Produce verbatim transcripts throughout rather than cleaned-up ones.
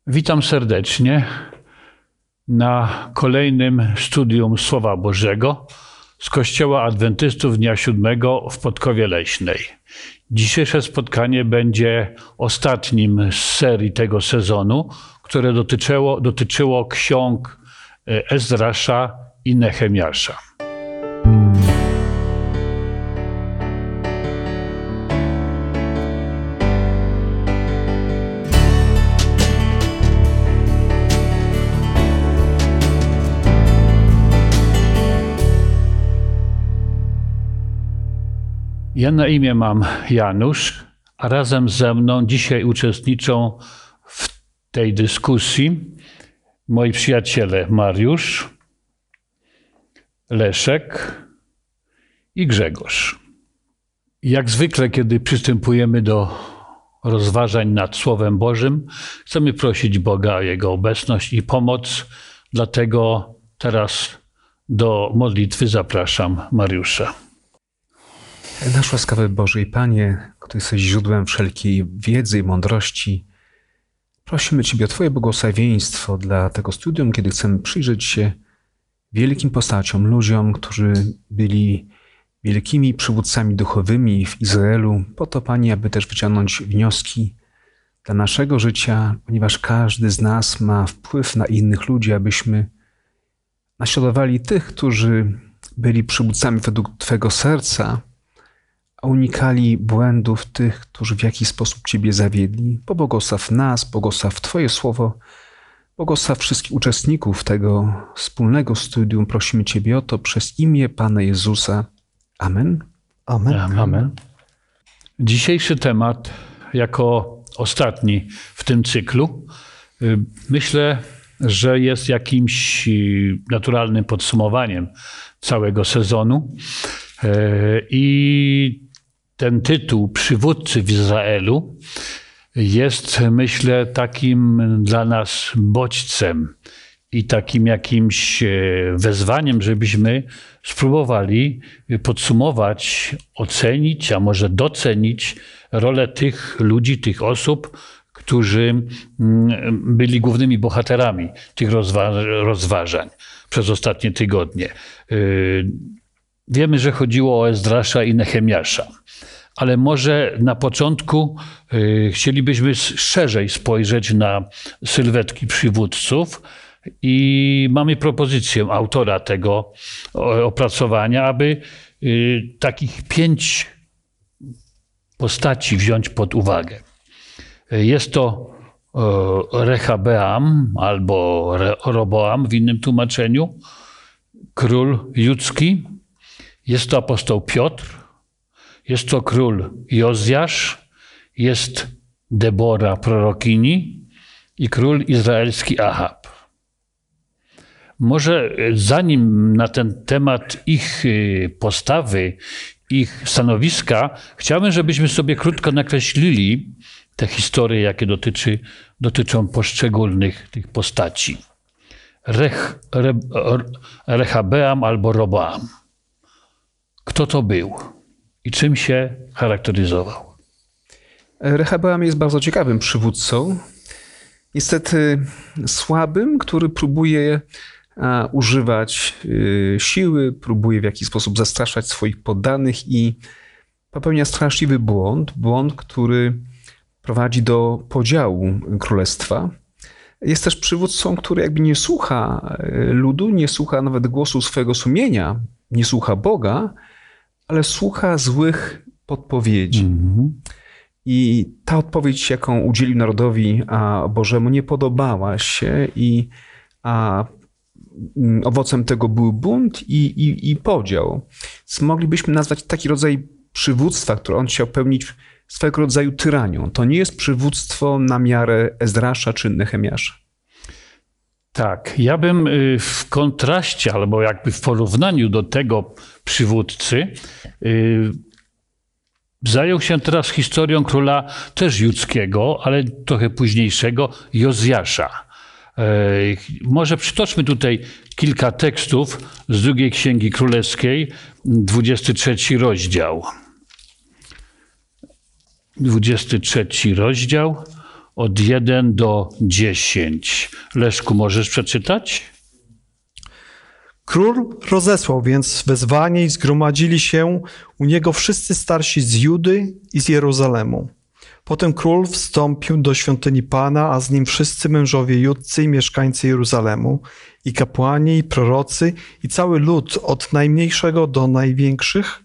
Witam serdecznie na kolejnym studium Słowa Bożego z Kościoła Adwentystów Dnia Siódmego w Podkowie Leśnej. Dzisiejsze spotkanie będzie ostatnim z serii tego sezonu, które dotyczyło, dotyczyło ksiąg Ezdrasza i Nehemiasza. Ja na imię mam Janusz, a razem ze mną dzisiaj uczestniczą w tej dyskusji moi przyjaciele Mariusz, Leszek i Grzegorz. Jak zwykle, kiedy przystępujemy do rozważań nad Słowem Bożym, chcemy prosić Boga o Jego obecność i pomoc, dlatego teraz do modlitwy zapraszam Mariusza. Nasz łaskawy Boże i Panie, który jesteś źródłem wszelkiej wiedzy i mądrości, prosimy Ciebie o Twoje błogosławieństwo dla tego studium, kiedy chcemy przyjrzeć się wielkim postaciom, ludziom, którzy byli wielkimi przywódcami duchowymi w Izraelu, po to, Panie, aby też wyciągnąć wnioski dla naszego życia, ponieważ każdy z nas ma wpływ na innych ludzi, abyśmy naśladowali tych, którzy byli przywódcami według Twojego serca, a unikali błędów tych, którzy w jakiś sposób Ciebie zawiedli. Pobłogosław nas, błogosław Twoje słowo, błogosław wszystkich uczestników tego wspólnego studium. Prosimy Ciebie o to przez imię Pana Jezusa. Amen. Amen. Amen. Amen. Dzisiejszy temat, jako ostatni w tym cyklu, myślę, że jest jakimś naturalnym podsumowaniem całego sezonu. I ten tytuł Przywódcy w Izraelu jest, myślę, takim dla nas bodźcem i takim jakimś wezwaniem, żebyśmy spróbowali podsumować, ocenić, a może docenić rolę tych ludzi, tych osób, którzy byli głównymi bohaterami tych rozwa- rozważań przez ostatnie tygodnie. Wiemy, że chodziło o Ezdrasza i Nehemiasza, ale może na początku y, chcielibyśmy szerzej spojrzeć na sylwetki przywódców i mamy propozycję autora tego opracowania, aby y, takich pięć postaci wziąć pod uwagę. Jest to y, Rehabeam albo Re- Roboam w innym tłumaczeniu, król judzki. Jest to apostoł Piotr, jest to król Jozjasz, jest Debora prorokini i król izraelski Ahab. Może zanim na ten temat ich postawy, ich stanowiska, chciałbym, żebyśmy sobie krótko nakreślili te historie, jakie dotyczy, dotyczą poszczególnych tych postaci. Rech, Re, Rehabeam albo Roboam. Kto to był i czym się charakteryzował? Rehabeam jest bardzo ciekawym przywódcą. Niestety słabym, który próbuje a, używać y, siły, próbuje w jakiś sposób zastraszać swoich poddanych i popełnia straszliwy błąd. Błąd, który prowadzi do podziału królestwa. Jest też przywódcą, który jakby nie słucha ludu, nie słucha nawet głosu swojego sumienia, nie słucha Boga, ale słucha złych podpowiedzi. Mm-hmm. I ta odpowiedź, jaką udzielił narodowi a Bożemu, nie podobała się i a, owocem tego był bunt i, i, i podział. Więc moglibyśmy nazwać taki rodzaj przywództwa, które on chciał pełnić, swego rodzaju tyranią. To nie jest przywództwo na miarę Ezdrasza czy Nehemiasza. Tak, ja bym w kontraście albo jakby w porównaniu do tego przywódcy yy, zajął się teraz historią króla też judzkiego, ale trochę późniejszego, Jozjasza. Yy, może przytoczmy tutaj kilka tekstów z drugiej Księgi Królewskiej, dwudziesty trzeci rozdział. dwudziesty trzeci rozdział od jeden do dziesięć. Leszku, możesz przeczytać? Król rozesłał więc wezwanie i zgromadzili się u niego wszyscy starsi z Judy i z Jeruzalemu. Potem król wstąpił do świątyni Pana, a z nim wszyscy mężowie judcy i mieszkańcy Jeruzalemu, i kapłani, i prorocy, i cały lud od najmniejszego do największych,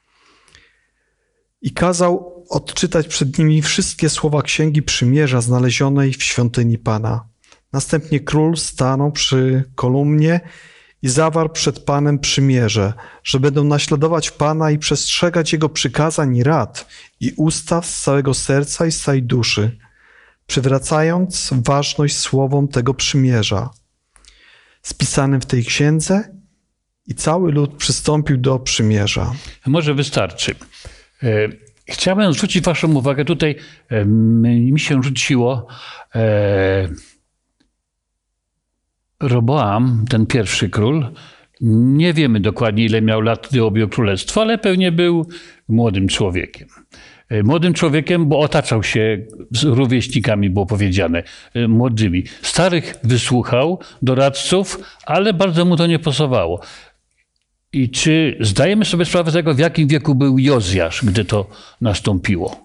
i kazał odczytać przed nimi wszystkie słowa Księgi Przymierza znalezionej w świątyni Pana. Następnie król stanął przy kolumnie i zawarł przed Panem przymierze, że będą naśladować Pana i przestrzegać Jego przykazań i rad i ustaw z całego serca i z całej duszy, przywracając ważność słowom tego przymierza, spisanym w tej księdze, i cały lud przystąpił do przymierza. Może wystarczy. E, Chciałem zwrócić waszą uwagę, tutaj e, mi się rzuciło e, Roboam, ten pierwszy król. Nie wiemy dokładnie, ile miał lat, gdy objął królestwo, ale pewnie był młodym człowiekiem. E, Młodym człowiekiem, bo otaczał się z rówieśnikami, było powiedziane, e, młodymi. Starych wysłuchał, doradców, ale bardzo mu to nie pasowało. I czy zdajemy sobie sprawę z tego, w jakim wieku był Jozjasz, gdy to nastąpiło?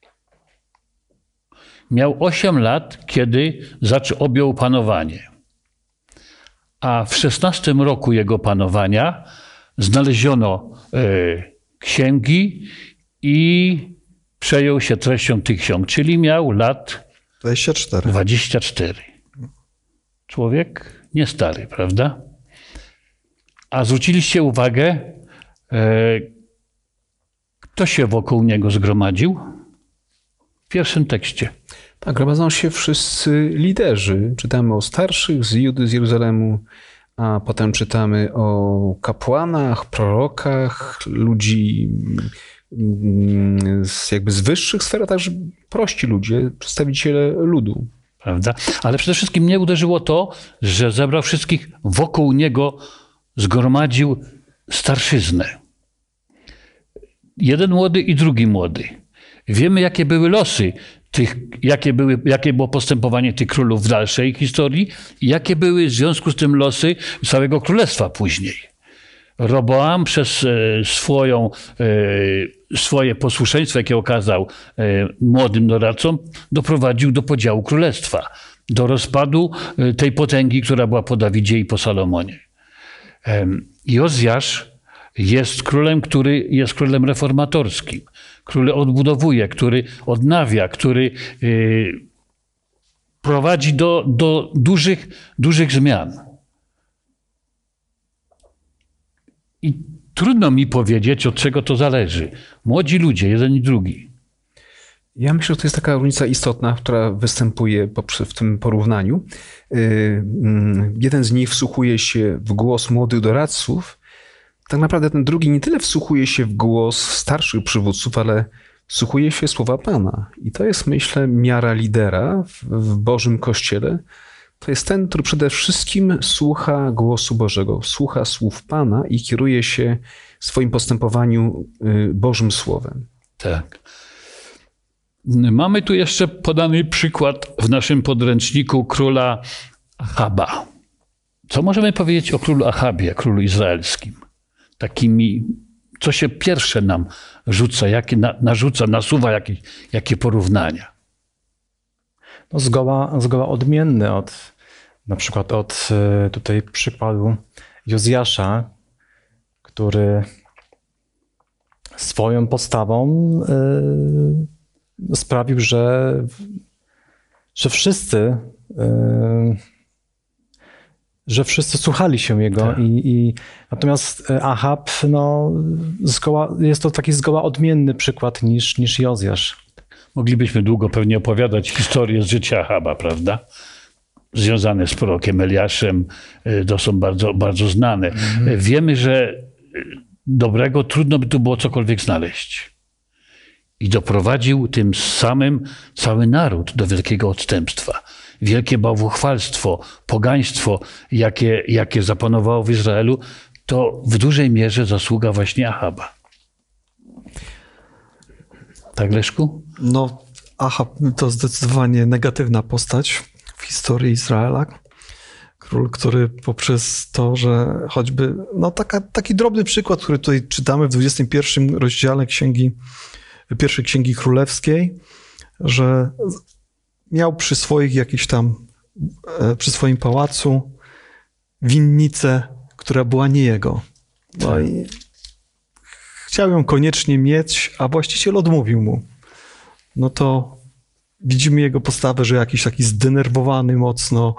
Miał osiem lat, kiedy zaczął, objął panowanie. A w szesnastym roku jego panowania znaleziono e, księgi i przejął się treścią tych ksiąg, czyli miał lat dwadzieścia cztery. dwadzieścia cztery. Człowiek nie stary, prawda? A zwróciliście uwagę, e, kto się wokół niego zgromadził? W pierwszym tekście. Tak, gromadzą się wszyscy liderzy. Czytamy o starszych z Judy, z Jeruzalemu, a potem czytamy o kapłanach, prorokach, ludzi z, jakby z wyższych sfer, a także prości ludzie, przedstawiciele ludu. Prawda? Ale przede wszystkim mnie uderzyło to, że zebrał wszystkich wokół niego, zgromadził starszyznę. Jeden młody i drugi młody. Wiemy, jakie były losy tych, jakie, były, jakie było postępowanie tych królów w dalszej historii i jakie były w związku z tym losy całego królestwa później. Roboam przez e, swoją, e, swoje posłuszeństwo, jakie okazał e, młodym doradcom, doprowadził do podziału królestwa, do rozpadu e, tej potęgi, która była po Dawidzie i po Salomonie. E, Jozjasz jest królem, który jest królem reformatorskim, który odbudowuje, który odnawia, który e, prowadzi do, do dużych, dużych zmian. I trudno mi powiedzieć, od czego to zależy. Młodzi ludzie, jeden i drugi. Ja myślę, że to jest taka różnica istotna, która występuje w tym porównaniu. Jeden z nich wsłuchuje się w głos młodych doradców. Tak naprawdę ten drugi nie tyle wsłuchuje się w głos starszych przywódców, ale wsłuchuje się w słowa Pana. I to jest, myślę, miara lidera w, w Bożym Kościele. To jest ten, który przede wszystkim słucha głosu Bożego, słucha słów Pana i kieruje się w swoim postępowaniu Bożym Słowem. Tak. Mamy tu jeszcze podany przykład w naszym podręczniku króla Achaba. Co możemy powiedzieć o królu Achabie, królu izraelskim? Takimi, co się pierwsze nam rzuca, jakie na, narzuca, nasuwa jakie, jakie porównania? No zgoła, zgoła odmienny od, na przykład od tutaj przykładu Jozjasza, który swoją postawą y, sprawił, że, że wszyscy y, że wszyscy słuchali się jego. Tak. I, i, natomiast Achab, no, zgoła, jest to taki zgoła odmienny przykład niż, niż Jozjasz. Moglibyśmy długo pewnie opowiadać historię z życia Achaba, prawda? Związane z prorokiem Eliaszem, to są bardzo, bardzo znane. Mhm. Wiemy, że dobrego trudno by tu było cokolwiek znaleźć. I doprowadził tym samym cały naród do wielkiego odstępstwa. Wielkie bałwochwalstwo, pogaństwo, jakie, jakie zapanowało w Izraelu, to w dużej mierze zasługa właśnie Achaba. Tak, Leszku? No, Ahab to zdecydowanie negatywna postać w historii Izraela. Król, który poprzez to, że choćby, no taka, taki drobny przykład, który tutaj czytamy w dwudziestym pierwszym rozdziale księgi, pierwszej Księgi Królewskiej, że miał przy swoich jakiś tam, przy swoim pałacu winnicę, która była nie jego. No i chciał ją koniecznie mieć, a właściciel odmówił mu. No to widzimy jego postawę, że jakiś taki zdenerwowany mocno,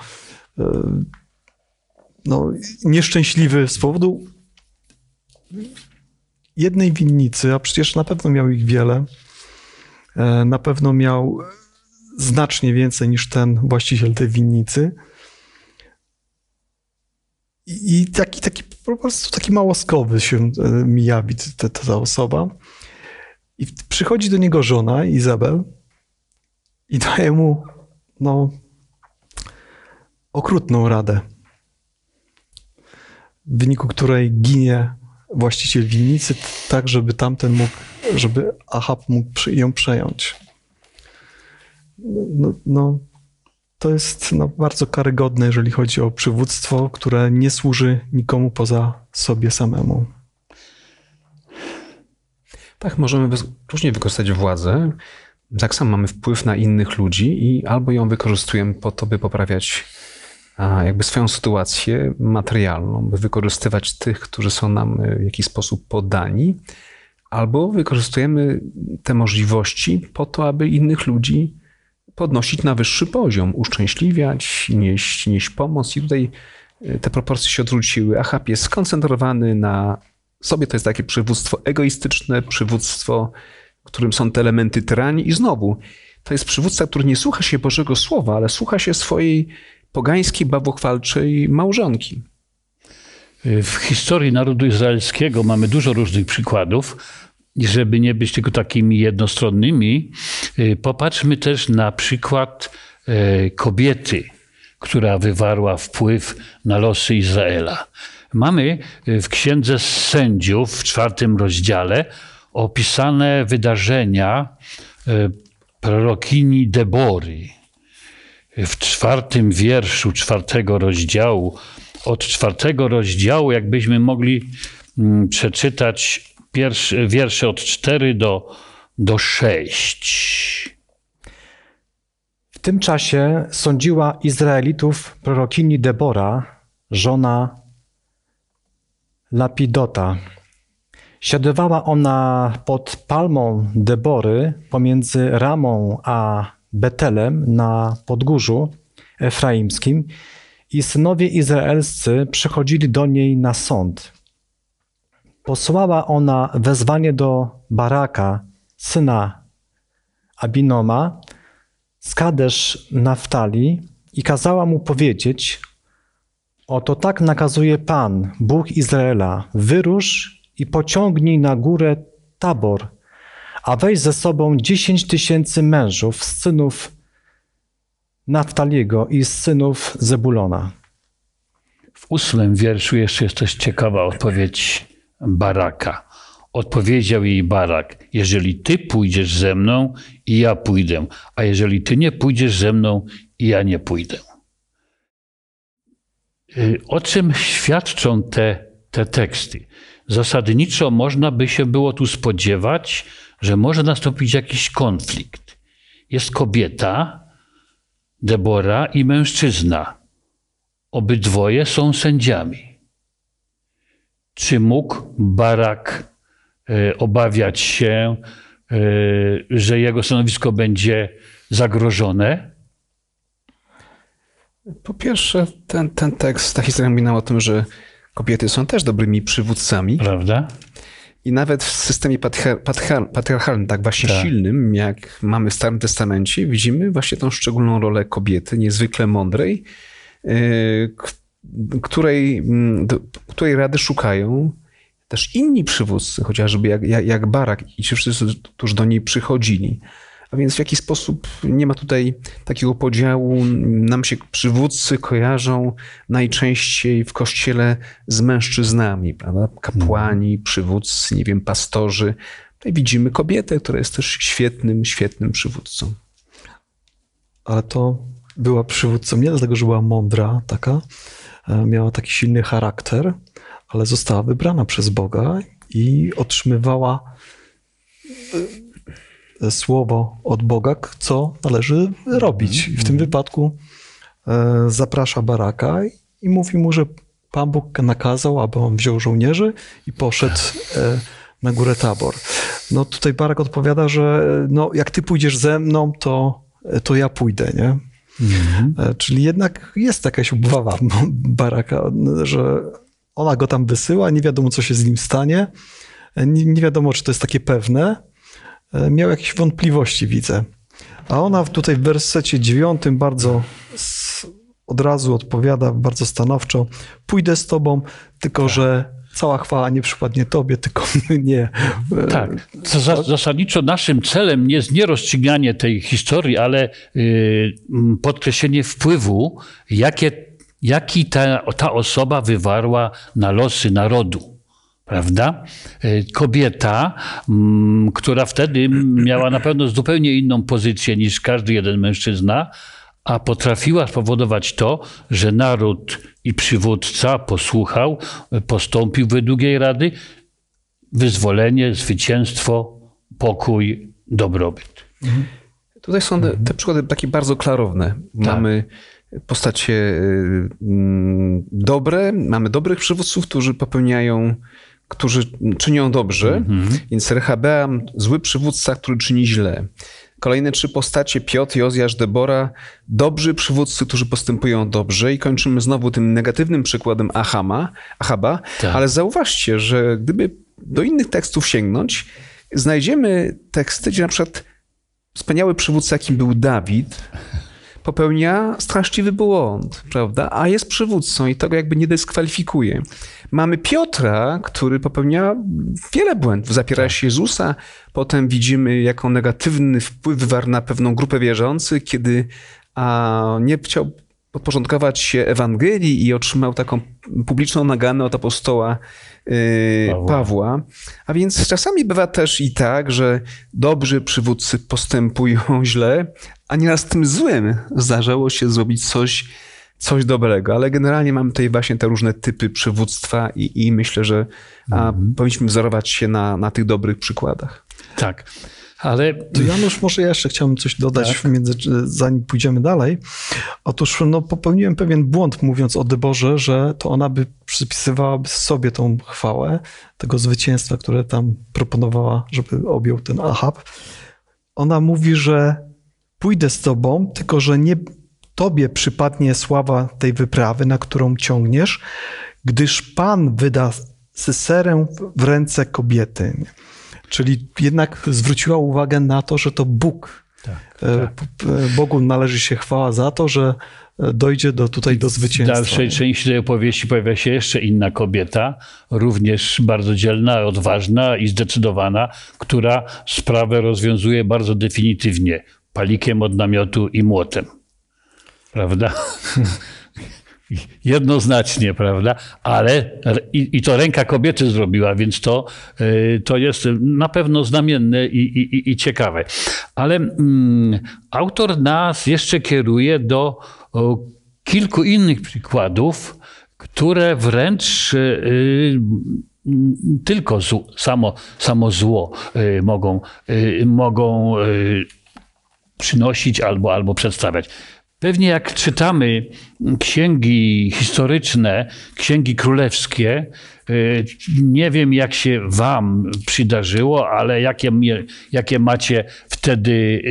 no, nieszczęśliwy z powodu jednej winnicy, a przecież na pewno miał ich wiele. Na pewno miał znacznie więcej niż ten właściciel tej winnicy. I taki, taki po prostu taki małoskowy się mi jawi ta, ta osoba. I przychodzi do niego żona, Izabel, i daje mu no, okrutną radę, w wyniku której ginie właściciel winnicy, tak żeby tamten mógł, żeby Ahab mógł ją przejąć. No, no, to jest no, bardzo karygodne, jeżeli chodzi o przywództwo, które nie służy nikomu poza sobie samemu. Tak, możemy różnie wykorzystać władzę. Tak samo mamy wpływ na innych ludzi i albo ją wykorzystujemy po to, by poprawiać a, jakby swoją sytuację materialną, by wykorzystywać tych, którzy są nam w jakiś sposób poddani, albo wykorzystujemy te możliwości po to, aby innych ludzi podnosić na wyższy poziom, uszczęśliwiać, nieść, nieść pomoc. I tutaj te proporcje się odwróciły. Ahab jest skoncentrowany na sobie, to jest takie przywództwo egoistyczne, przywództwo, w którym są te elementy tyranii. I znowu, to jest przywódca, który nie słucha się Bożego Słowa, ale słucha się swojej pogańskiej, bałwochwalczej małżonki. W historii narodu izraelskiego mamy dużo różnych przykładów. I żeby nie być tylko takimi jednostronnymi, popatrzmy też na przykład kobiety, która wywarła wpływ na losy Izraela. Mamy w Księdze Sędziów w czwartym rozdziale opisane wydarzenia prorokini Debory. W czwartym wierszu czwartego rozdziału, od czwartego rozdziału, jakbyśmy mogli przeczytać pierwsze, wiersze od cztery do, do sześć. W tym czasie sądziła Izraelitów prorokini Debora, żona Lapidota. Siadywała ona pod palmą Debory pomiędzy Ramą a Betelem na podgórzu efraimskim i synowie izraelscy przychodzili do niej na sąd. Posłała ona wezwanie do Baraka, syna Abinoma, z Kadesz Naftali i kazała mu powiedzieć: oto tak nakazuje Pan, Bóg Izraela, wyrusz i pociągnij na górę Tabor, a weź ze sobą dziesięć tysięcy mężów z synów Naftaliego i z synów Zebulona. W ósmym wierszu jeszcze jest też ciekawa odpowiedź Baraka. Odpowiedział jej Barak: jeżeli ty pójdziesz ze mną, i ja pójdę, a jeżeli ty nie pójdziesz ze mną, i ja nie pójdę. O czym świadczą te, te teksty? Zasadniczo można by się było tu spodziewać, że może nastąpić jakiś konflikt. Jest kobieta, Debora, i mężczyzna. Obydwoje są sędziami. Czy mógł Barak e, obawiać się, e, że jego stanowisko będzie zagrożone? Po pierwsze, ten, ten tekst, ta historia mówi nam o tym, że kobiety są też dobrymi przywódcami. Prawda? I nawet w systemie patriar- patriar- patriarchalnym, tak właśnie tak. silnym, jak mamy w Starym Testamencie, widzimy właśnie tą szczególną rolę kobiety, niezwykle mądrej, yy, której, do, której rady szukają też inni przywódcy, chociażby jak, jak, jak Barak i ci wszyscy, którzy do niej przychodzili. A więc w jaki sposób nie ma tutaj takiego podziału. Nam się przywódcy kojarzą najczęściej w kościele z mężczyznami, prawda? Kapłani, przywódcy, nie wiem, pastorzy. Tutaj widzimy kobietę, która jest też świetnym, świetnym przywódcą. ale to była przywódcą nie dlatego, że była mądra taka, miała taki silny charakter, ale została wybrana przez Boga i otrzymywała słowo od Boga, co należy robić. I w tym wypadku zaprasza Baraka i mówi mu, że Pan Bóg nakazał, aby on wziął żołnierzy i poszedł na górę Tabor. No tutaj Barak odpowiada, że no, jak ty pójdziesz ze mną, to, to ja pójdę, nie? Mhm. Czyli jednak jest jakaś obawa Baraka, że ona go tam wysyła, nie wiadomo, co się z nim stanie, nie, nie wiadomo, czy to jest takie pewne. Miał jakieś wątpliwości, widzę. A ona tutaj w wersecie dziewiątym bardzo od razu odpowiada, bardzo stanowczo, pójdę z tobą, tylko tak. że cała chwała nie przypadnie tobie, tylko nie. Tak. Zasadniczo naszym celem nie jest nie rozstrzyganie tej historii, ale podkreślenie wpływu, jakie, jaki ta, ta osoba wywarła na losy narodu. Prawda? Kobieta, która wtedy miała na pewno zupełnie inną pozycję niż każdy jeden mężczyzna, a potrafiła spowodować to, że naród i przywódca posłuchał, postąpił według jej rady, wyzwolenie, zwycięstwo, pokój, dobrobyt. Mhm. Tutaj są te, te przykłady takie bardzo klarowne. Tak. Mamy postacie y, dobre, mamy dobrych przywódców, którzy popełniają, którzy czynią dobrze, mhm. więc Rehabeam, zły przywódca, który czyni źle. Kolejne trzy postacie, Piotr, Jozjasz, Debora, dobrzy przywódcy, którzy postępują dobrze i kończymy znowu tym negatywnym przykładem Ahama, Ahaba, tak. ale zauważcie, że gdyby do innych tekstów sięgnąć, znajdziemy teksty, gdzie na przykład wspaniały przywódca, jakim był Dawid, popełnia straszliwy błąd, prawda? A jest przywódcą i tego jakby nie dyskwalifikuje. Mamy Piotra, który popełnia wiele błędów, zapiera się Jezusa, potem widzimy, jaką negatywny wpływ wywarł na pewną grupę wierzących, kiedy a, nie chciał podporządkować się Ewangelii i otrzymał taką publiczną naganę od apostoła yy, Pawła. Pawła. A więc czasami bywa też i tak, że dobrzy przywódcy postępują źle, a nieraz tym złym zdarzało się zrobić coś, coś dobrego. Ale generalnie mamy tutaj właśnie te różne typy przywództwa i, i myślę, że a, mm. powinniśmy wzorować się na, na tych dobrych przykładach. Tak. Ale to Janusz, może ja jeszcze chciałbym coś dodać, tak? między, zanim pójdziemy dalej. Otóż no, popełniłem pewien błąd, mówiąc o Deborze, że to ona by przypisywałaby sobie tą chwałę, tego zwycięstwa, które tam proponowała, żeby objął ten Ahab. Ona mówi, że pójdę z tobą, tylko że nie tobie przypadnie sława tej wyprawy, na którą ciągniesz, gdyż Pan wyda Syserę w ręce kobiety. Czyli jednak zwróciła uwagę na to, że to Bóg. Tak, tak. Bogu należy się chwała za to, że dojdzie do, tutaj do zwycięstwa. W dalszej części tej opowieści pojawia się jeszcze inna kobieta, również bardzo dzielna, odważna i zdecydowana, która sprawę rozwiązuje bardzo definitywnie. Palikiem od namiotu i młotem. Prawda? Jednoznacznie, prawda? Ale i, i to ręka kobiety zrobiła, więc to, to jest na pewno znamienne i, i, i ciekawe. Ale mm, autor nas jeszcze kieruje do o, kilku innych przykładów, które wręcz y, tylko zło, samo, samo zło y, mogą, y, mogą y, przynosić albo, albo przedstawiać. Pewnie jak czytamy księgi historyczne, księgi królewskie, nie wiem jak się wam przydarzyło, ale jakie, jakie macie wtedy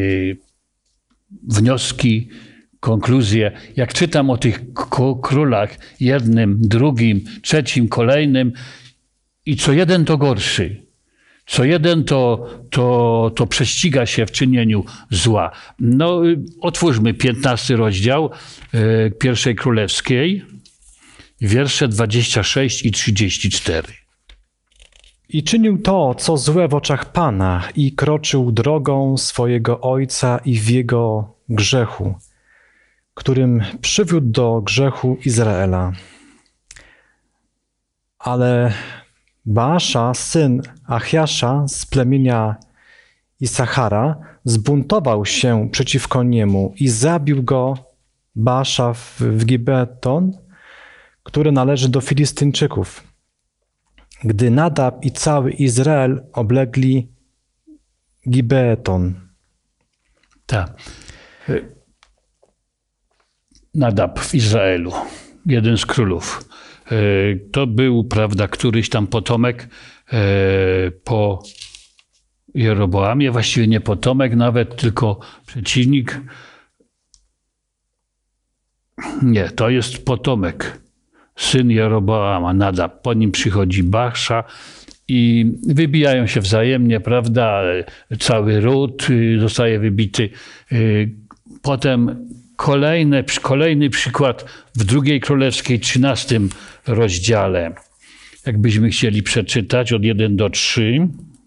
wnioski, konkluzje. Jak czytam o tych królach, jednym, drugim, trzecim, kolejnym i co jeden to gorszy. Co jeden to, to, to prześciga się w czynieniu zła. No, otwórzmy piętnasty rozdział y, Pierwszej Królewskiej, wiersze dwadzieścia sześć i trzydzieści cztery. I czynił to, co złe w oczach Pana i kroczył drogą swojego ojca i w jego grzechu, którym przywiódł do grzechu Izraela. Ale Baasza, syn Achiasza z plemienia Isachara zbuntował się przeciwko niemu i zabił go Baasza w, w Gibeton, który należy do Filistyńczyków. Gdy Nadab i cały Izrael oblegli Gibeton. Tak. Nadab w Izraelu, jeden z królów. To był, prawda, któryś tam potomek po Jeroboamie, właściwie nie potomek nawet, tylko przeciwnik. Nie, to jest potomek, syn Jeroboama, Nadab. Po nim przychodzi Baasza i wybijają się wzajemnie, prawda, cały ród zostaje wybity. Potem kolejne, kolejny przykład w drugiej królewskiej, trzynastym rozdziale. Jakbyśmy chcieli przeczytać od jeden do trzy.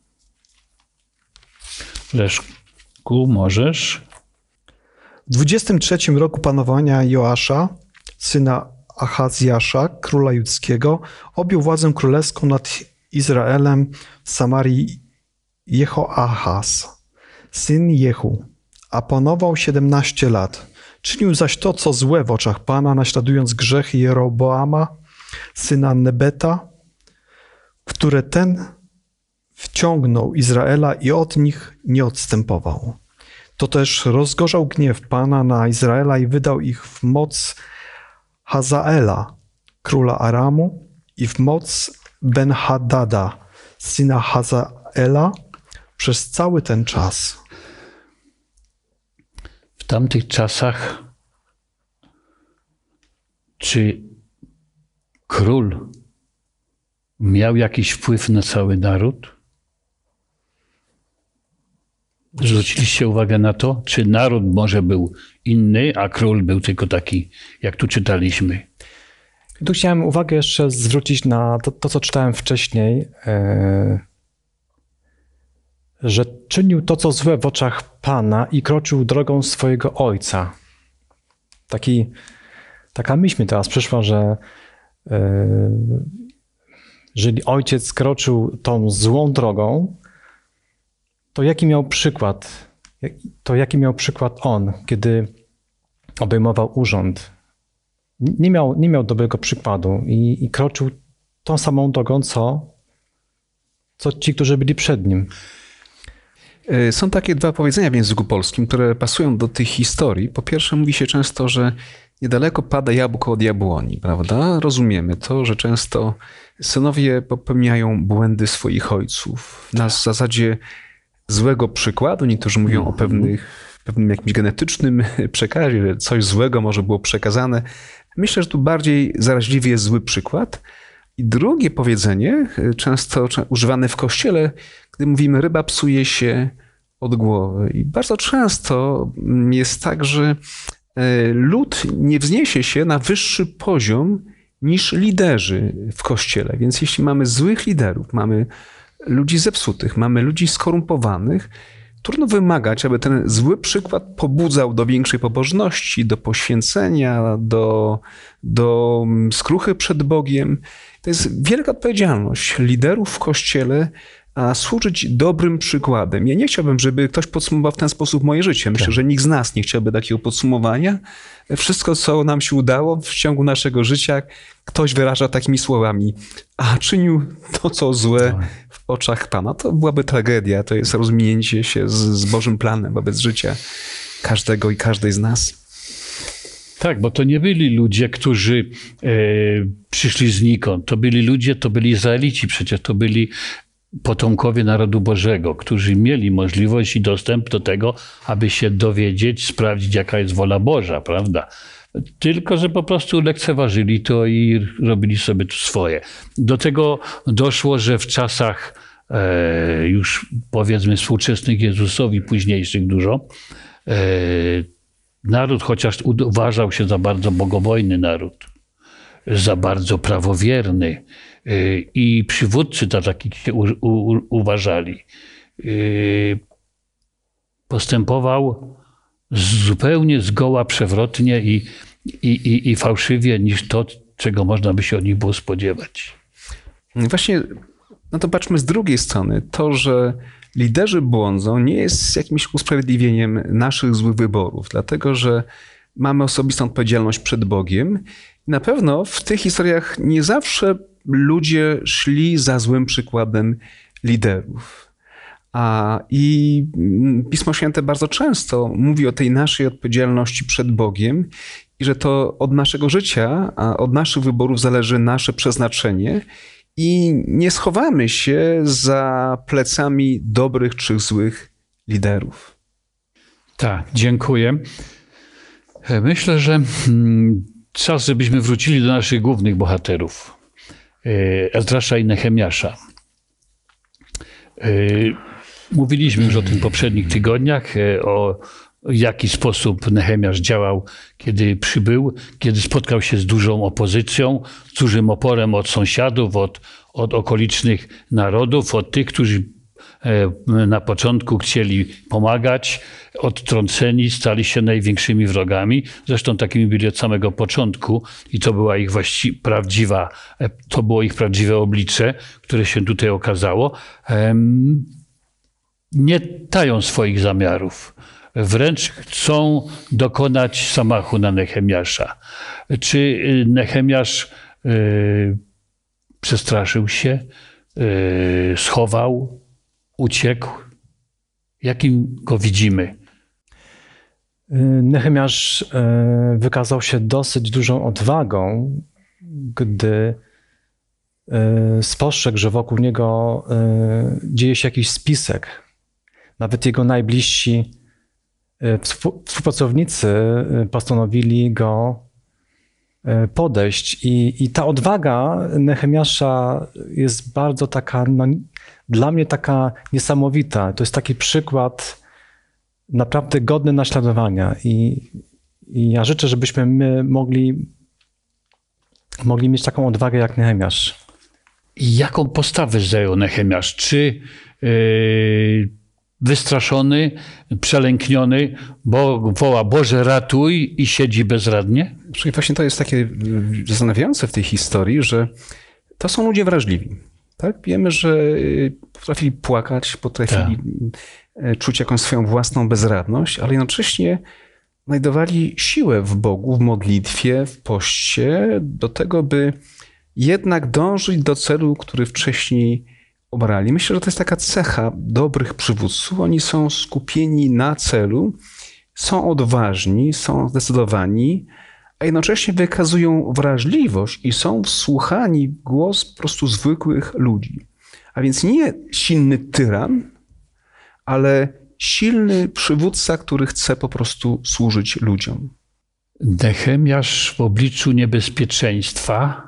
Leszku, możesz? W dwudziestym trzecim roku panowania Joasza, syna Achazjasza, króla judzkiego, objął władzę królewską nad Izraelem w Samarii Jehoahaz, syn Jehu, a panował siedemnaście lat. Czynił zaś to, co złe w oczach Pana, naśladując grzechy Jeroboama, syna Nebeta, w które ten wciągnął Izraela i od nich nie odstępował. To też rozgorzał gniew Pana na Izraela i wydał ich w moc Hazaela, króla Aramu, i w moc Ben-Hadada, syna Hazaela, przez cały ten czas. W tamtych czasach czy król miał jakiś wpływ na cały naród? Zwróciliście uwagę na to? Czy naród może był inny, a król był tylko taki, jak tu czytaliśmy? Tu chciałem uwagę jeszcze zwrócić na to, to co czytałem wcześniej, e, że czynił to, co złe w oczach Pana i kroczył drogą swojego ojca. Taki, taka myśl mi teraz przyszła, że e, jeżeli ojciec kroczył tą złą drogą, to jaki miał przykład? To jaki miał przykład on, kiedy obejmował urząd? Nie miał, nie miał dobrego przykładu i, i kroczył tą samą drogą, co, co ci, którzy byli przed nim. Są takie dwa powiedzenia w języku polskim, które pasują do tych historii. Po pierwsze, mówi się często, że niedaleko pada jabłko od jabłoni, prawda? Rozumiemy to, że często synowie popełniają błędy swoich ojców. Na zasadzie złego przykładu. Niektórzy mówią o pewnych, pewnym jakimś genetycznym przekazie, że coś złego może było przekazane. Myślę, że tu bardziej zaraźliwy jest zły przykład. I drugie powiedzenie, często używane w kościele, gdy mówimy, ryba psuje się od głowy. I bardzo często jest tak, że lud nie wzniesie się na wyższy poziom niż liderzy w kościele. Więc jeśli mamy złych liderów, mamy ludzi zepsutych, mamy ludzi skorumpowanych, trudno wymagać, aby ten zły przykład pobudzał do większej pobożności, do poświęcenia, do, do skruchy przed Bogiem. To jest wielka odpowiedzialność liderów w Kościele, a służyć dobrym przykładem. Ja nie chciałbym, żeby ktoś podsumował w ten sposób moje życie. Myślę, że nikt z nas nie chciałby takiego podsumowania. Wszystko, co nam się udało w ciągu naszego życia, ktoś wyraża takimi słowami: a czynił to, co złe w oczach Pana. To byłaby tragedia. To jest rozminięcie się z, z Bożym planem wobec życia każdego i każdej z nas. Tak, bo to nie byli ludzie, którzy e, przyszli znikąd. To byli ludzie, to byli Izraelici przecież, to byli potomkowie narodu Bożego, którzy mieli możliwość i dostęp do tego, aby się dowiedzieć, sprawdzić, jaka jest wola Boża, prawda? Tylko że po prostu lekceważyli to i robili sobie tu swoje. Do tego doszło, że w czasach e, już powiedzmy współczesnych Jezusowi, późniejszych dużo, e, naród chociaż uważał się za bardzo bogobojny naród, za bardzo prawowierny i przywódcy to takich się u, u, uważali, postępował zupełnie zgoła przewrotnie i, i, i, i fałszywie niż to, czego można by się od nich było spodziewać. Właśnie, no to patrzmy z drugiej strony. To, że liderzy błądzą, nie jest jakimś usprawiedliwieniem naszych złych wyborów, dlatego że mamy osobistą odpowiedzialność przed Bogiem. Na pewno w tych historiach nie zawsze ludzie szli za złym przykładem liderów. A, I Pismo Święte bardzo często mówi o tej naszej odpowiedzialności przed Bogiem i że to od naszego życia, a od naszych wyborów zależy nasze przeznaczenie i nie schowamy się za plecami dobrych czy złych liderów. Tak, dziękuję. Myślę, że mm, czas, żebyśmy wrócili do naszych głównych bohaterów. Ezdrasza i Nehemiasza. Mówiliśmy już o tym w poprzednich tygodniach, o w jaki sposób Nehemiasz działał, kiedy przybył, kiedy spotkał się z dużą opozycją, z dużym oporem od sąsiadów, od, od okolicznych narodów, od tych, którzy na początku chcieli pomagać, odtrąceni, stali się największymi wrogami. Zresztą takimi byli od samego początku i to była ich właści- prawdziwa, to było ich prawdziwe oblicze, które się tutaj okazało. Nie tają swoich zamiarów. Wręcz chcą dokonać zamachu na Nehemiasza. Czy Nehemiasz yy, przestraszył się, yy, schował, uciekł? Jakim go widzimy? Nehemiasz wykazał się dosyć dużą odwagą, gdy spostrzegł, że wokół niego dzieje się jakiś spisek. Nawet jego najbliżsi współpracownicy postanowili go podejść. I, i ta odwaga Nehemiasza jest bardzo taka, no, dla mnie taka niesamowita. To jest taki przykład naprawdę godny naśladowania. I, i ja życzę, żebyśmy my mogli, mogli mieć taką odwagę jak Nehemiasz. I jaką postawę zajął Nehemiasz? Czy yy, wystraszony, przelękniony, bo woła Boże ratuj i siedzi bezradnie? Czyli właśnie to jest takie zastanawiające w tej historii, że to są ludzie wrażliwi. Tak? Wiemy, że potrafili płakać, potrafili tak. czuć jakąś swoją własną bezradność, ale jednocześnie znajdowali siłę w Bogu, w modlitwie, w poście, do tego, by jednak dążyć do celu, który wcześniej obrali. Myślę, że to jest taka cecha dobrych przywódców. Oni są skupieni na celu, są odważni, są zdecydowani, a jednocześnie wykazują wrażliwość i są wsłuchani w głos po prostu zwykłych ludzi. A więc nie silny tyran, ale silny przywódca, który chce po prostu służyć ludziom. Nehemiasz w obliczu niebezpieczeństwa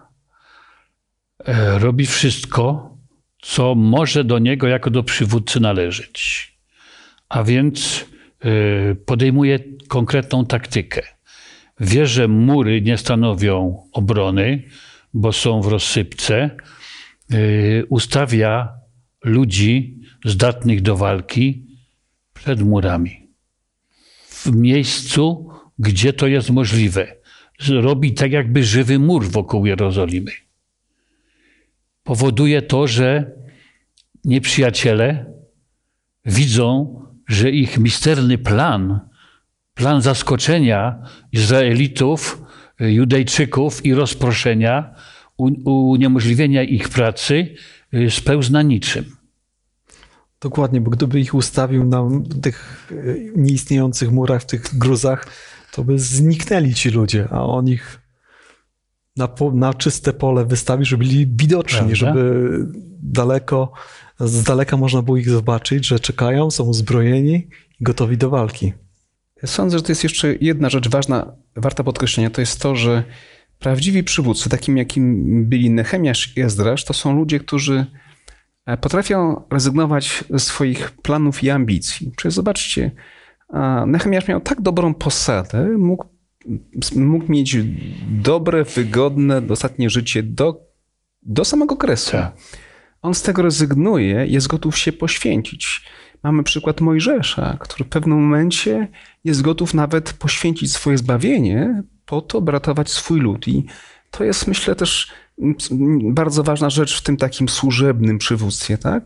robi wszystko, co może do niego jako do przywódcy należeć. A więc podejmuje konkretną taktykę. Wie, że mury nie stanowią obrony, bo są w rozsypce. Ustawia ludzi zdatnych do walki przed murami. W miejscu, gdzie to jest możliwe. Robi tak jakby żywy mur wokół Jerozolimy. Powoduje to, że nieprzyjaciele widzą, że ich misterny plan, plan zaskoczenia Izraelitów, Judejczyków i rozproszenia, uniemożliwienia ich pracy spełzna niczym. Dokładnie, bo gdyby ich ustawił na tych nieistniejących murach, w tych gruzach, to by zniknęli ci ludzie, a on ich na, po, na czyste pole wystawił, żeby byli widoczni, Prawda? żeby daleko, z daleka można było ich zobaczyć, że czekają, są uzbrojeni i gotowi do walki. Sądzę, że to jest jeszcze jedna rzecz ważna, warta podkreślenia, to jest to, że prawdziwi przywódcy, takim jakim byli Nehemiasz i Ezdrasz, to są ludzie, którzy potrafią rezygnować ze swoich planów i ambicji. Przecież zobaczcie, Nehemiasz miał tak dobrą posadę, mógł, mógł mieć dobre, wygodne, dostatnie życie do, do samego kresu. Tak. On z tego rezygnuje, jest gotów się poświęcić. Mamy przykład Mojżesza, który w pewnym momencie jest gotów nawet poświęcić swoje zbawienie po to, by ratować swój lud. I to jest, myślę, też bardzo ważna rzecz w tym takim służebnym przywództwie, tak?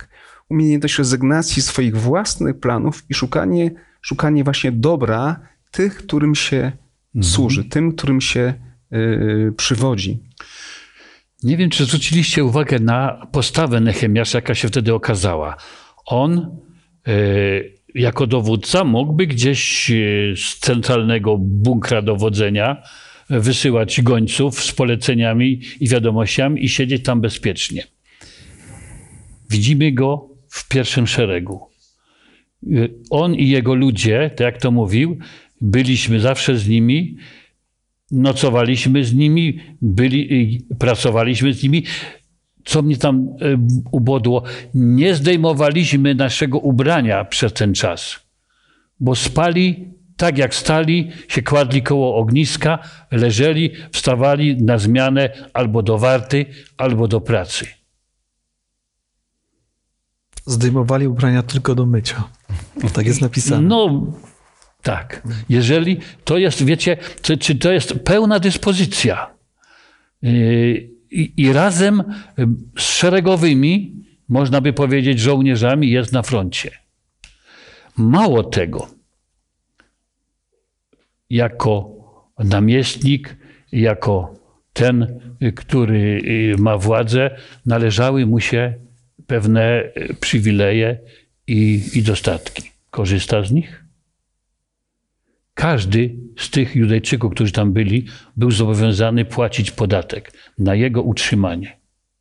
umiejętność rezygnacji swoich własnych planów i szukanie, szukanie właśnie dobra tych, którym się mhm. służy, tym, którym się yy, przywodzi. Nie wiem, czy zwróciliście uwagę na postawę Nehemiasza, jaka się wtedy okazała. On yy, jako dowódca mógłby gdzieś z centralnego bunkra dowodzenia wysyłać gońców z poleceniami i wiadomościami i siedzieć tam bezpiecznie. Widzimy go w pierwszym szeregu. On i jego ludzie, tak jak to mówił, byliśmy zawsze z nimi, nocowaliśmy z nimi, byli, pracowaliśmy z nimi. Co mnie tam ubodło, nie zdejmowaliśmy naszego ubrania przez ten czas, bo spali tak jak stali, się kładli koło ogniska, leżeli, wstawali na zmianę albo do warty, albo do pracy. Zdejmowali ubrania tylko do mycia. Tak jest napisane. No tak. Jeżeli to jest, wiecie, czy, czy to jest pełna dyspozycja. Yy, I, I razem z szeregowymi, można by powiedzieć, żołnierzami jest na froncie. Mało tego, jako namiestnik, jako ten, który ma władzę, należały mu się pewne przywileje i, i dostatki. Korzysta z nich? Każdy z tych Judejczyków, którzy tam byli, był zobowiązany płacić podatek na jego utrzymanie.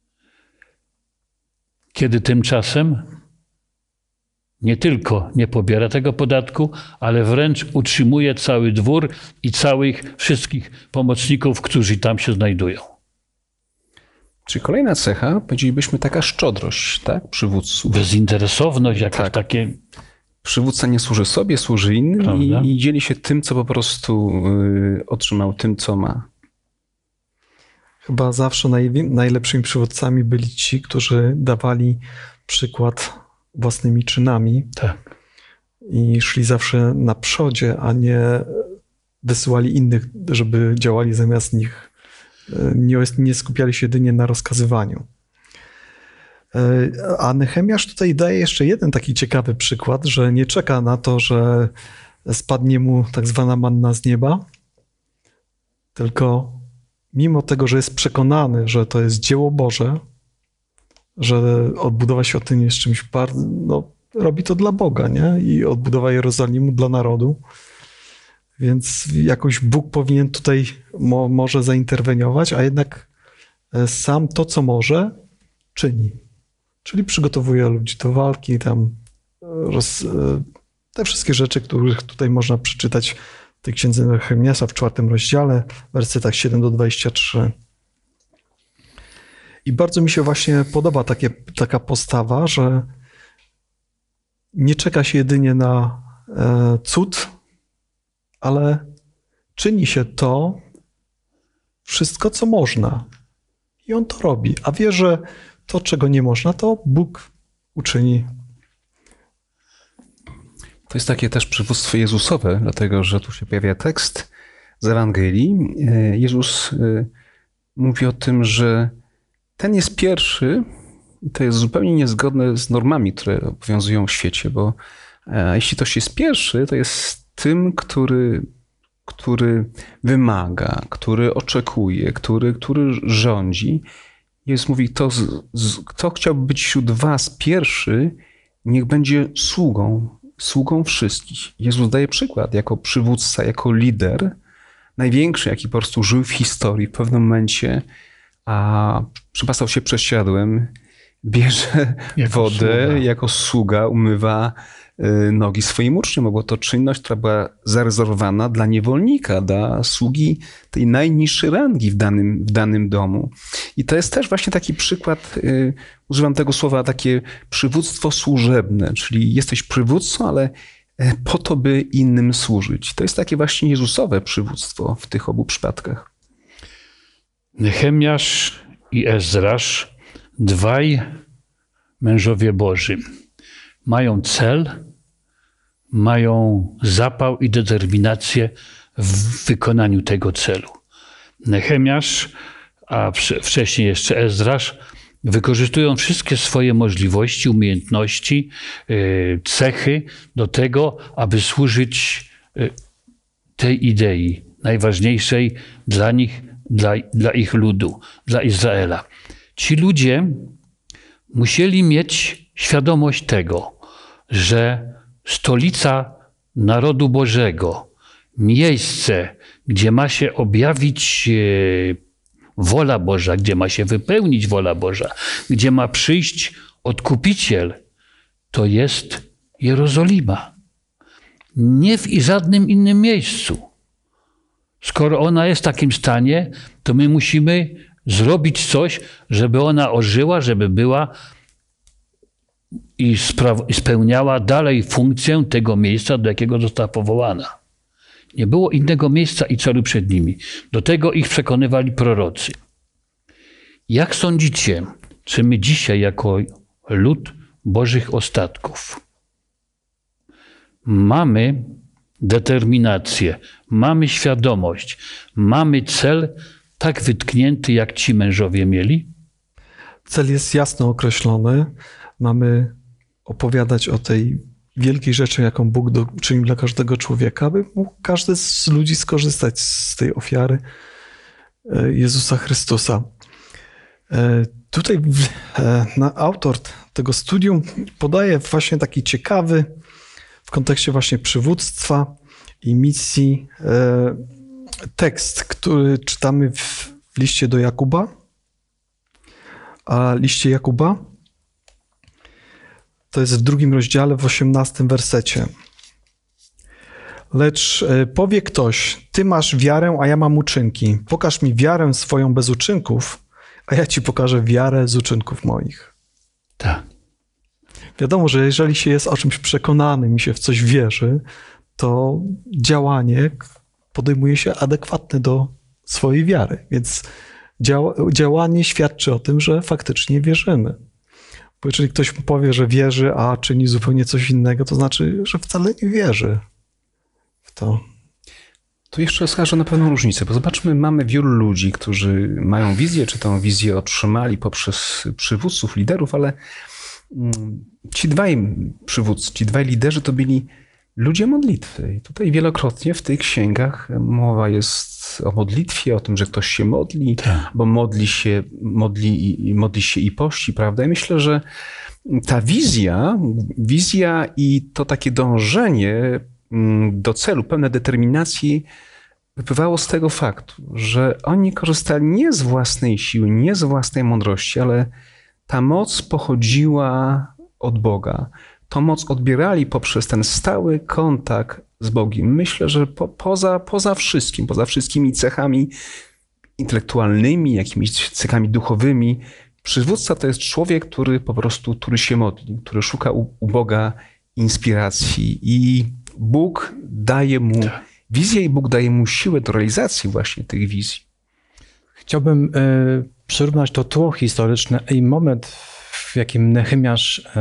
Kiedy tymczasem nie tylko nie pobiera tego podatku, ale wręcz utrzymuje cały dwór i całych wszystkich pomocników, którzy tam się znajdują. Czyli kolejna cecha, powiedzielibyśmy, taka szczodrość, tak, przywódców. Bezinteresowność, jakieś tak. takie... Przywódca nie służy sobie, służy innym i, i dzieli się tym, co po prostu y, otrzymał, tym, co ma. Chyba zawsze naj, najlepszymi przywódcami byli ci, którzy dawali przykład własnymi czynami. Tak. I szli zawsze na przodzie, a nie wysyłali innych, żeby działali zamiast nich. Nie, nie skupiali się jedynie na rozkazywaniu. A Nehemiasz tutaj daje jeszcze jeden taki ciekawy przykład, że nie czeka na to, że spadnie mu tak zwana manna z nieba, tylko mimo tego, że jest przekonany, że to jest dzieło Boże, że odbudowa świątyni jest czymś bardzo, no, robi to dla Boga, nie? I odbudowa Jerozolimu dla narodu. Więc jakoś Bóg powinien tutaj mo, może zainterweniować, a jednak sam to, co może, czyni. Czyli przygotowuje ludzi do walki, tam roz, te wszystkie rzeczy, których tutaj można przeczytać w tej księdze Nehemiasza w czwartym rozdziale, w wersetach siedem do dwudziestu trzech. I bardzo mi się właśnie podoba takie, taka postawa, że nie czeka się jedynie na e, cud, ale czyni się to wszystko, co można. I on to robi. A wie, że to, czego nie można, to Bóg uczyni. To jest takie też przywództwo Jezusowe, dlatego że tu się pojawia tekst z Ewangelii. Jezus mówi o tym, że ten jest pierwszy, i to jest zupełnie niezgodne z normami, które obowiązują w świecie, bo jeśli ktoś jest pierwszy, to jest tym, który, który wymaga, który oczekuje, który, który rządzi. Jezus mówi, kto, z, z, kto chciałby być wśród was pierwszy, niech będzie sługą, sługą wszystkich. Jezus daje przykład jako przywódca, jako lider, największy, jaki po prostu żył w historii. W pewnym momencie a przepasał się prześcieradłem, bierze jako wodę, sługa. jako sługa umywa nogi swoim uczniom, bo to czynność, która była zarezerwowana dla niewolnika, dla sługi tej najniższej rangi w danym, w danym domu. I to jest też właśnie taki przykład, y, używam tego słowa, takie przywództwo służebne, czyli jesteś przywódcą, ale po to, by innym służyć. To jest takie właśnie Jezusowe przywództwo w tych obu przypadkach. Nehemiasz i Ezrasz, dwaj mężowie Boży, mają cel, mają zapał i determinację w wykonaniu tego celu. Nehemiasz, a wcześniej jeszcze Ezrasz, wykorzystują wszystkie swoje możliwości, umiejętności, cechy do tego, aby służyć tej idei najważniejszej dla nich, dla, dla ich ludu, dla Izraela. Ci ludzie musieli mieć świadomość tego, że stolica narodu Bożego, miejsce, gdzie ma się objawić wola Boża, gdzie ma się wypełnić wola Boża, gdzie ma przyjść Odkupiciel, to jest Jerozolima. Nie w żadnym innym miejscu. Skoro ona jest w takim stanie, to my musimy zrobić coś, żeby ona ożyła, żeby była i spełniała dalej funkcję tego miejsca, do jakiego została powołana. Nie było innego miejsca i celu przed nimi. Do tego ich przekonywali prorocy. Jak sądzicie, czy my dzisiaj jako lud Bożych ostatków mamy determinację, mamy świadomość, mamy cel tak wytknięty, jak ci mężowie mieli? Cel jest jasno określony. Mamy opowiadać o tej wielkiej rzeczy, jaką Bóg czyni dla każdego człowieka, aby mógł każdy z ludzi skorzystać z tej ofiary Jezusa Chrystusa. Tutaj autor tego studium podaje właśnie taki ciekawy w kontekście właśnie przywództwa i misji tekst, który czytamy w liście do Jakuba, a liście Jakuba to jest w drugim rozdziale, w osiemnastym wersecie. Lecz powie ktoś, ty masz wiarę, a ja mam uczynki. Pokaż mi wiarę swoją bez uczynków, a ja ci pokażę wiarę z uczynków moich. Tak. Wiadomo, że jeżeli się jest o czymś przekonanym i się w coś wierzy, to działanie podejmuje się adekwatne do swojej wiary. Więc działanie świadczy o tym, że faktycznie wierzymy. Bo jeżeli ktoś powie, że wierzy, a czyni zupełnie coś innego, to znaczy, że wcale nie wierzy w to. Tu jeszcze wskażę na pewną różnicę, bo zobaczmy, mamy wielu ludzi, którzy mają wizję, czy tę wizję otrzymali poprzez przywódców, liderów, ale ci dwaj przywódcy, ci dwaj liderzy to byli ludzie modlitwy. I tutaj wielokrotnie w tych księgach mowa jest o modlitwie, o tym, że ktoś się modli, tak. bo modli się, modli, i, modli się i pości, prawda? I myślę, że ta wizja, wizja i to takie dążenie do celu, pełne determinacji wypływało z tego faktu, że oni korzystali nie z własnej siły, nie z własnej mądrości, ale ta moc pochodziła od Boga. Tą moc odbierali poprzez ten stały kontakt z Bogiem. Myślę, że po, poza, poza wszystkim, poza wszystkimi cechami intelektualnymi, jakimiś cechami duchowymi, przywódca to jest człowiek, który po prostu, który się modli, który szuka u, u Boga inspiracji i Bóg daje mu wizję i Bóg daje mu siłę do realizacji właśnie tych wizji. Chciałbym y, przyrównać to tło historyczne i moment, w jakim Nehemiasz y,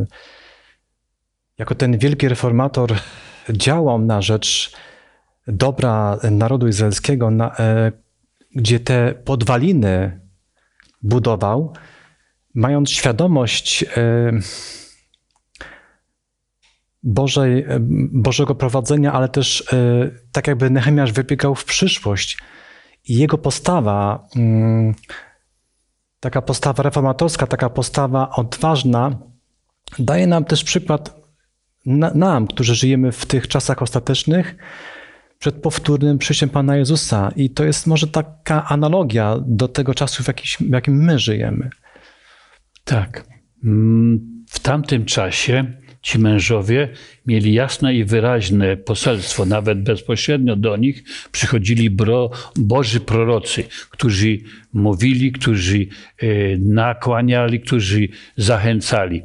jako ten wielki reformator działał na rzecz dobra narodu izraelskiego, na, y, gdzie te podwaliny budował, mając świadomość y, Bożej, Bożego prowadzenia, ale też y, tak jakby Nehemiasz wybiegał w przyszłość i jego postawa, y, taka postawa reformatorska, taka postawa odważna daje nam też przykład na, nam, którzy żyjemy w tych czasach ostatecznych przed powtórnym przyjściem Pana Jezusa. I to jest może taka analogia do tego czasu, w, jakiś, w jakim my żyjemy. Tak. W tamtym czasie ci mężowie mieli jasne i wyraźne poselstwo, nawet bezpośrednio do nich przychodzili bro, Boży prorocy, którzy mówili, którzy nakłaniali, którzy zachęcali.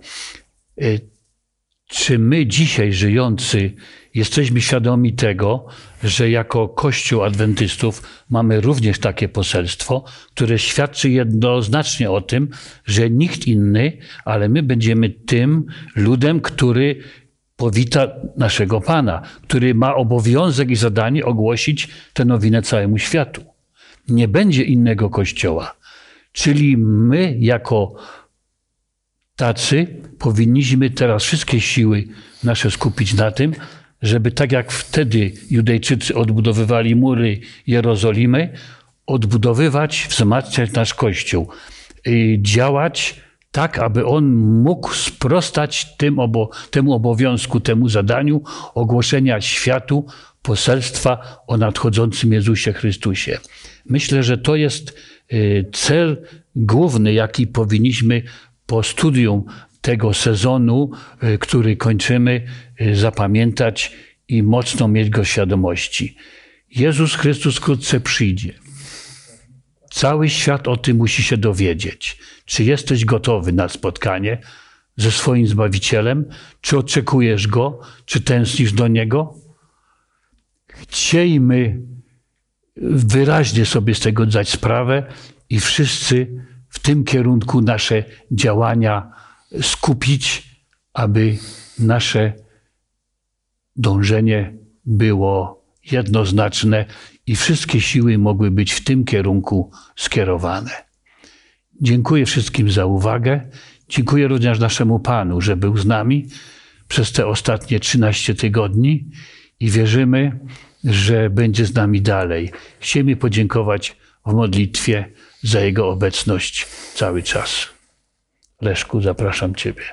Czy my dzisiaj żyjący jesteśmy świadomi tego, że jako Kościół Adwentystów mamy również takie poselstwo, które świadczy jednoznacznie o tym, że nikt inny, ale my będziemy tym ludem, który powita naszego Pana, który ma obowiązek i zadanie ogłosić tę nowinę całemu światu. Nie będzie innego Kościoła. Czyli my jako tacy powinniśmy teraz wszystkie siły nasze skupić na tym, żeby tak jak wtedy Judejczycy odbudowywali mury Jerozolimy, odbudowywać, wzmacniać nasz Kościół. I działać tak, aby on mógł sprostać tym obo, temu obowiązku, temu zadaniu ogłoszenia światu poselstwa o nadchodzącym Jezusie Chrystusie. Myślę, że to jest cel główny, jaki powinniśmy po studium tego sezonu, który kończymy, zapamiętać i mocno mieć go w świadomości. Jezus Chrystus wkrótce przyjdzie. Cały świat o tym musi się dowiedzieć. Czy jesteś gotowy na spotkanie ze swoim Zbawicielem? Czy oczekujesz Go? Czy tęsknisz do Niego? Chciejmy wyraźnie sobie z tego zdać sprawę i wszyscy w tym kierunku nasze działania skupić, aby nasze dążenie było jednoznaczne i wszystkie siły mogły być w tym kierunku skierowane. Dziękuję wszystkim za uwagę. Dziękuję również naszemu Panu, że był z nami przez te ostatnie trzynaście tygodni i wierzymy, że będzie z nami dalej. Chcemy podziękować w modlitwie za Jego obecność cały czas. Leszku, zapraszam Ciebie.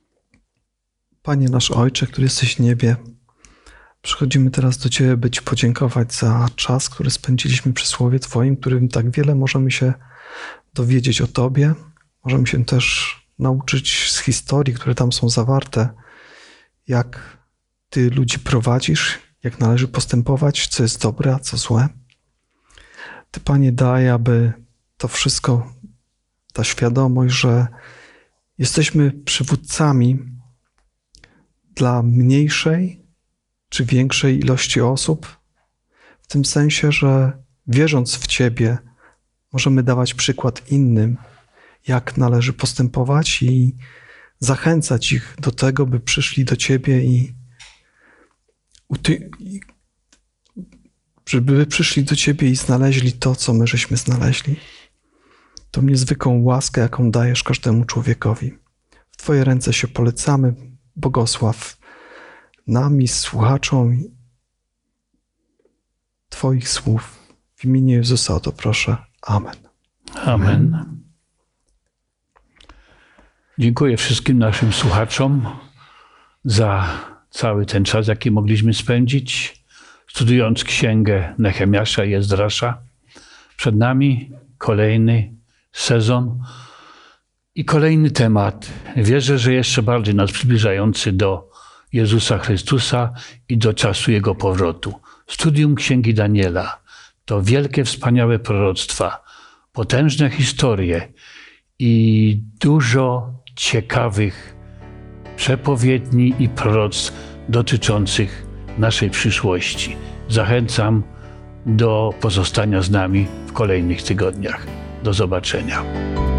Panie nasz Ojcze, który jesteś w niebie, przychodzimy teraz do Ciebie, by Ci podziękować za czas, który spędziliśmy przy Słowie Twoim, którym tak wiele możemy się dowiedzieć o Tobie. Możemy się też nauczyć z historii, które tam są zawarte, jak Ty ludzi prowadzisz, jak należy postępować, co jest dobre, a co złe. Ty, Panie, daj, aby to wszystko, ta świadomość, że jesteśmy przywódcami dla mniejszej czy większej ilości osób, w tym sensie, że wierząc w Ciebie, możemy dawać przykład innym, jak należy postępować i zachęcać ich do tego, by przyszli do Ciebie i żeby przyszli do Ciebie i znaleźli to, co my żeśmy znaleźli. Tą niezwykłą łaskę, jaką dajesz każdemu człowiekowi. W Twoje ręce się polecamy. Błogosław nami, słuchaczom Twoich słów. W imieniu Jezusa o to proszę. Amen. Amen. Dziękuję wszystkim naszym słuchaczom za cały ten czas, jaki mogliśmy spędzić, studiując księgę Nehemiasza i Ezdrasza. Przed nami kolejny sezon i kolejny temat. Wierzę, że jeszcze bardziej nas przybliżający do Jezusa Chrystusa i do czasu Jego powrotu. Studium Księgi Daniela to wielkie, wspaniałe proroctwa, potężne historie i dużo ciekawych przepowiedni i proroctw dotyczących naszej przyszłości. Zachęcam do pozostania z nami w kolejnych tygodniach. Do zobaczenia.